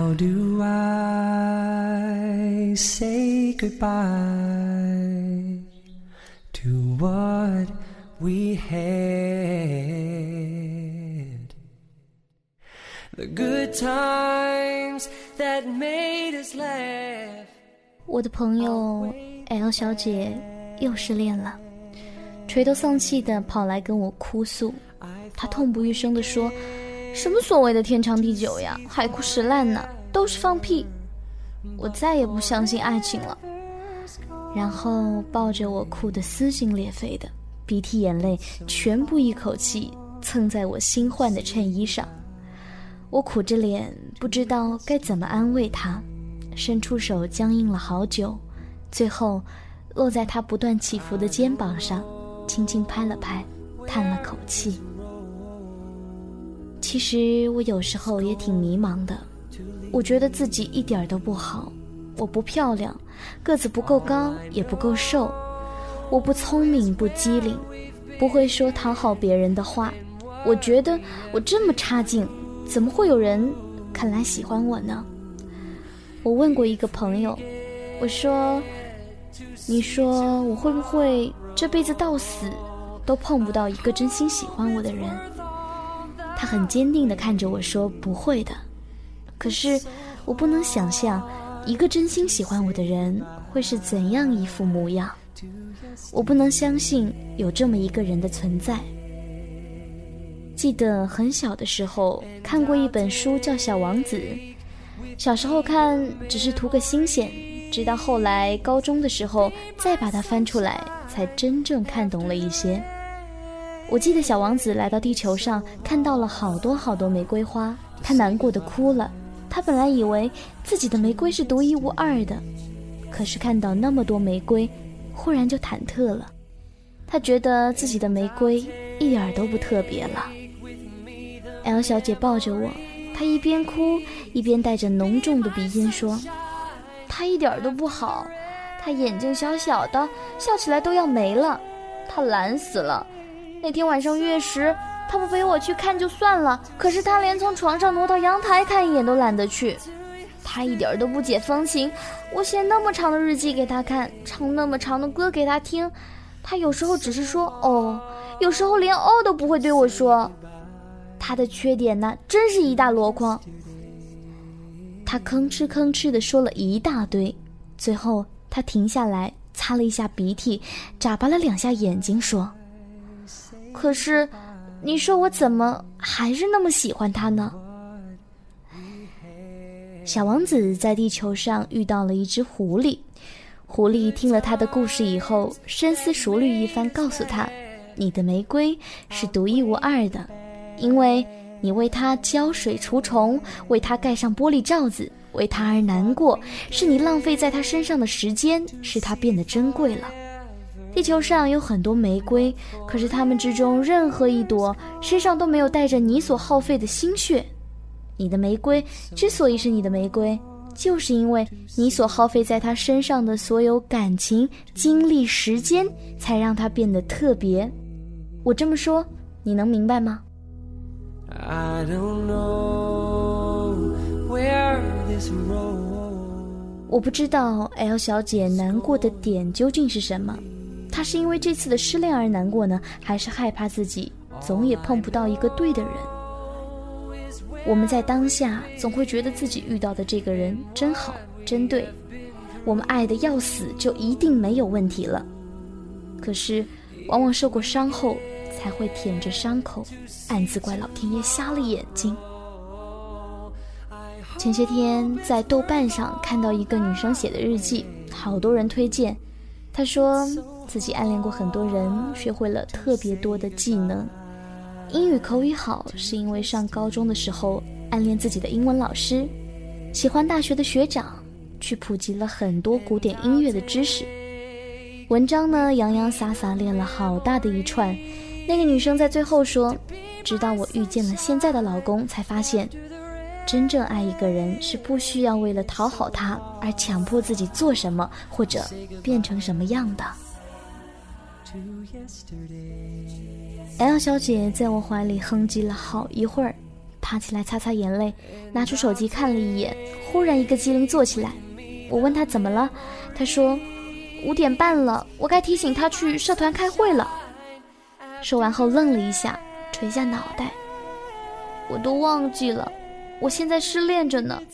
How do I say goodbye to what we had? The good times that made us laugh. 我的朋友 L 小姐又失恋了，垂头丧气地跑来跟我哭诉。她痛不欲生地说，什么所谓的天长地久呀，海枯石烂呢，都是放屁。我再也不相信爱情了。然后抱着我哭得撕心裂肺的，鼻涕眼泪全部一口气蹭在我新换的衬衣上。我苦着脸，不知道该怎么安慰她，伸出手僵硬了好久，最后落在她不断起伏的肩膀上，轻轻拍了拍，叹了口气。其实我有时候也挺迷茫的，我觉得自己一点都不好，我不漂亮，个子不够高，也不够瘦，我不聪明，不机灵，不会说讨好别人的话。我觉得我这么差劲，怎么会有人肯来喜欢我呢？我问过一个朋友，我说，你说我会不会这辈子到死都碰不到一个真心喜欢我的人？他很坚定地看着我说，不会的。可是我不能想象一个真心喜欢我的人会是怎样一副模样，我不能相信有这么一个人的存在。记得很小的时候看过一本书叫《小王子》，小时候看只是图个新鲜，直到后来高中的时候再把它翻出来，才真正看懂了一些。我记得小王子来到地球上，看到了好多好多玫瑰花，他难过的哭了。他本来以为自己的玫瑰是独一无二的，可是看到那么多玫瑰，忽然就忐忑了。他觉得自己的玫瑰一点都不特别了。L 小姐抱着我，她一边哭一边带着浓重的鼻音说，她一点都不好，她眼睛小小的，笑起来都要没了，她懒死了。那天晚上月食，他不陪我去看就算了，可是他连从床上挪到阳台看一眼都懒得去。他一点都不解风情，我写那么长的日记给他看，唱那么长的歌给他听，他有时候只是说哦，有时候连哦都不会对我说。他的缺点呢，真是一大箩筐。他吭哧吭哧地说了一大堆，最后他停下来擦了一下鼻涕，眨巴了2下眼睛说，可是你说我怎么还是那么喜欢他呢？小王子在地球上遇到了一只狐狸，狐狸听了他的故事以后，深思熟虑一番，告诉他，你的玫瑰是独一无二的，因为你为它浇水除虫，为它盖上玻璃罩子，为它而难过，是你浪费在它身上的时间，使它变得珍贵了。地球上有很多玫瑰，可是它们之中任何一朵身上都没有带着你所耗费的心血。你的玫瑰之所以是你的玫瑰，就是因为你所耗费在它身上的所有感情、精力、时间，才让它变得特别。我这么说，你能明白吗？ I don't know where this road. 我不知道 L 小姐难过的点究竟是什么，她是因为这次的失恋而难过呢，还是害怕自己总也碰不到一个对的人？我们在当下总会觉得自己遇到的这个人真好真对，我们爱得要死，就一定没有问题了。可是往往受过伤后才会舔着伤口暗自怪老天爷瞎了眼睛。前些天在豆瓣上看到一个女生写的日记，好多人推荐。她说自己暗恋过很多人，学会了特别多的技能。英语口语好是因为上高中的时候暗恋自己的英文老师，喜欢大学的学长，去普及了很多古典音乐的知识。文章呢洋洋洒洒列了好大的一串。那个女生在最后说，直到我遇见了现在的老公，才发现真正爱一个人是不需要为了讨好他而强迫自己做什么或者变成什么样的。L 小姐在我怀里哼唧了好一会儿， 爬起来擦擦眼泪，拿出手机看了一眼，忽然一个机灵坐起来。我问他怎么了，他说5点半了，我该提醒他去社团开会了。说完后愣了一下，垂下脑袋，我都忘记了，我现在失恋着呢。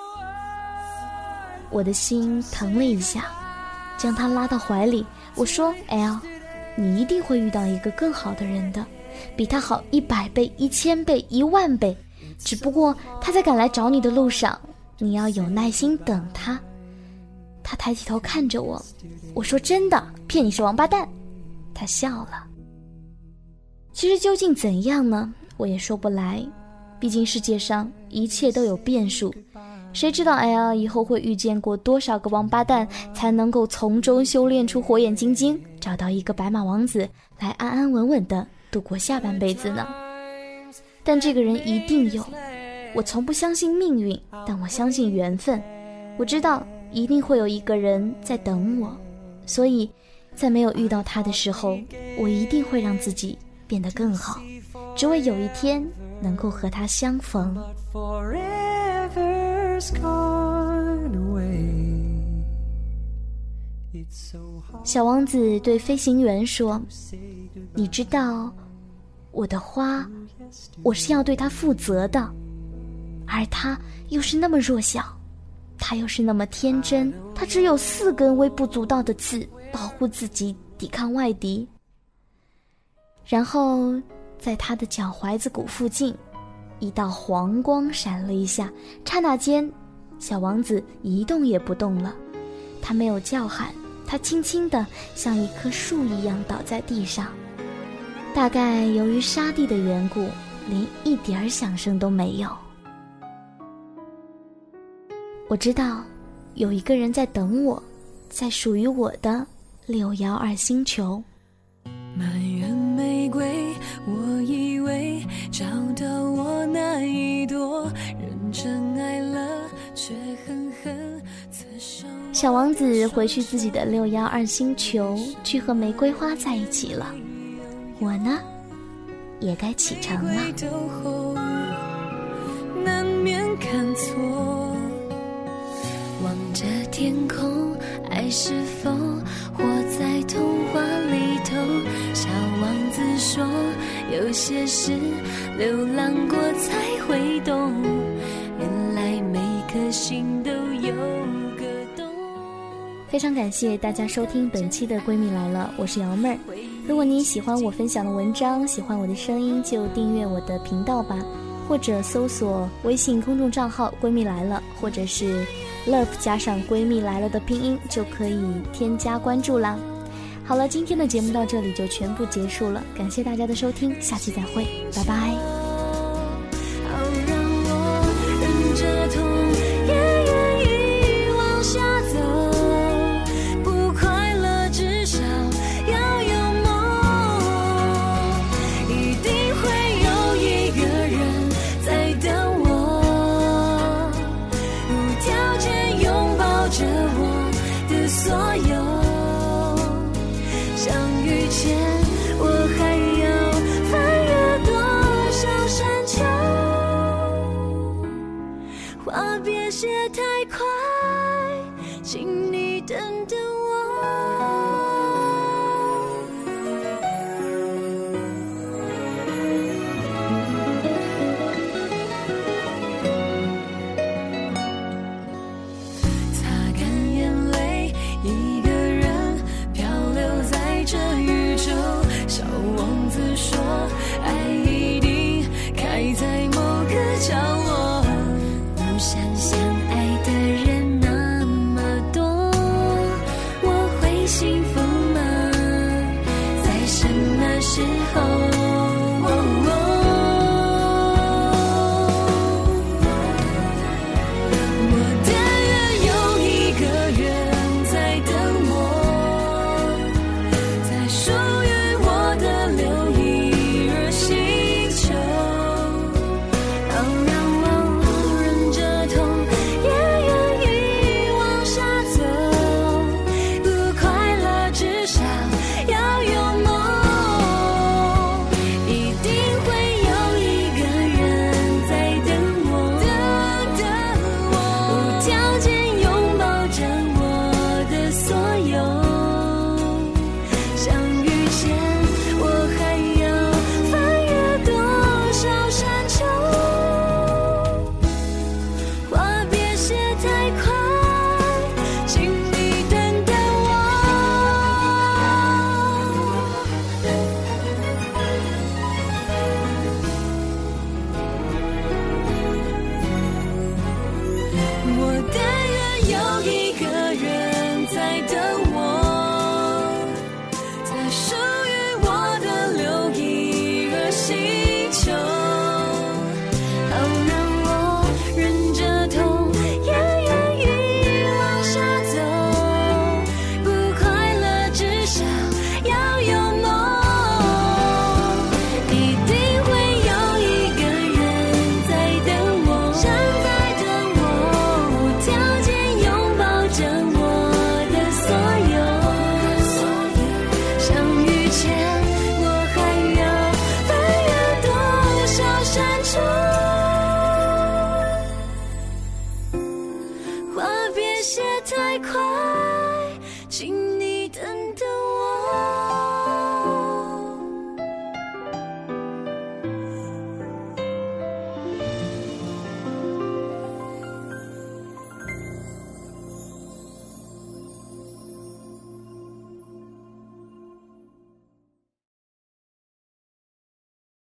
我的心疼了一下，将他拉到怀里，我说 L， 你一定会遇到一个更好的人的，比他好100倍、1000倍、10000倍，只不过他在赶来找你的路上，你要有耐心等他。他抬起头看着我，我说真的，骗你是王八蛋。他笑了。其实究竟怎样呢？我也说不来，毕竟世界上一切都有变数，谁知道以后会遇见过多少个王八蛋，才能够从中修炼出火眼金睛，找到一个白马王子，来安安稳稳地度过下半辈子呢？但这个人一定有。我从不相信命运，但我相信缘分。我知道一定会有一个人在等我，所以在没有遇到他的时候，我一定会让自己变得更好，只为有一天能够和他相逢。小王子对飞行员说，你知道我的花，我是要对它负责的，而它又是那么弱小，它又是那么天真，它只有4根微不足道的刺，保护自己抵抗外敌。然后在他的脚踝子骨附近，一道黄光闪了一下，刹那间小王子一动也不动了。他没有叫喊，他轻轻地像一棵树一样倒在地上，大概由于沙地的缘故，连一点响声都没有。我知道有一个人在等我，在属于我的612星球。 满园玫瑰，我以为找到我那一朵，认真爱了却狠狠刺伤。 小王子回去自己的612星球，去和玫瑰花在一起了。我呢，也该启程了。 难免看错，望着天空，爱是否活在童话里头？小王子说，有些事流浪过才会懂，原来每颗心都有个洞。 非常感谢大家收听本期的闺蜜来了，我是瑶妹儿。如果你喜欢我分享的文章，喜欢我的声音，就订阅我的频道吧，或者搜索微信公众账号闺蜜来了，或者是 love 加上闺蜜来了的拼音，就可以添加关注啦。好了，今天的节目到这里就全部结束了，感谢大家的收听，下期再会，拜拜。 话别写太快，请你等等擦干眼泪，一个人漂流在这宇宙。小王子说，爱一定开在某个角落，不想相爱的人那么多，我会幸福但愿有一个人在等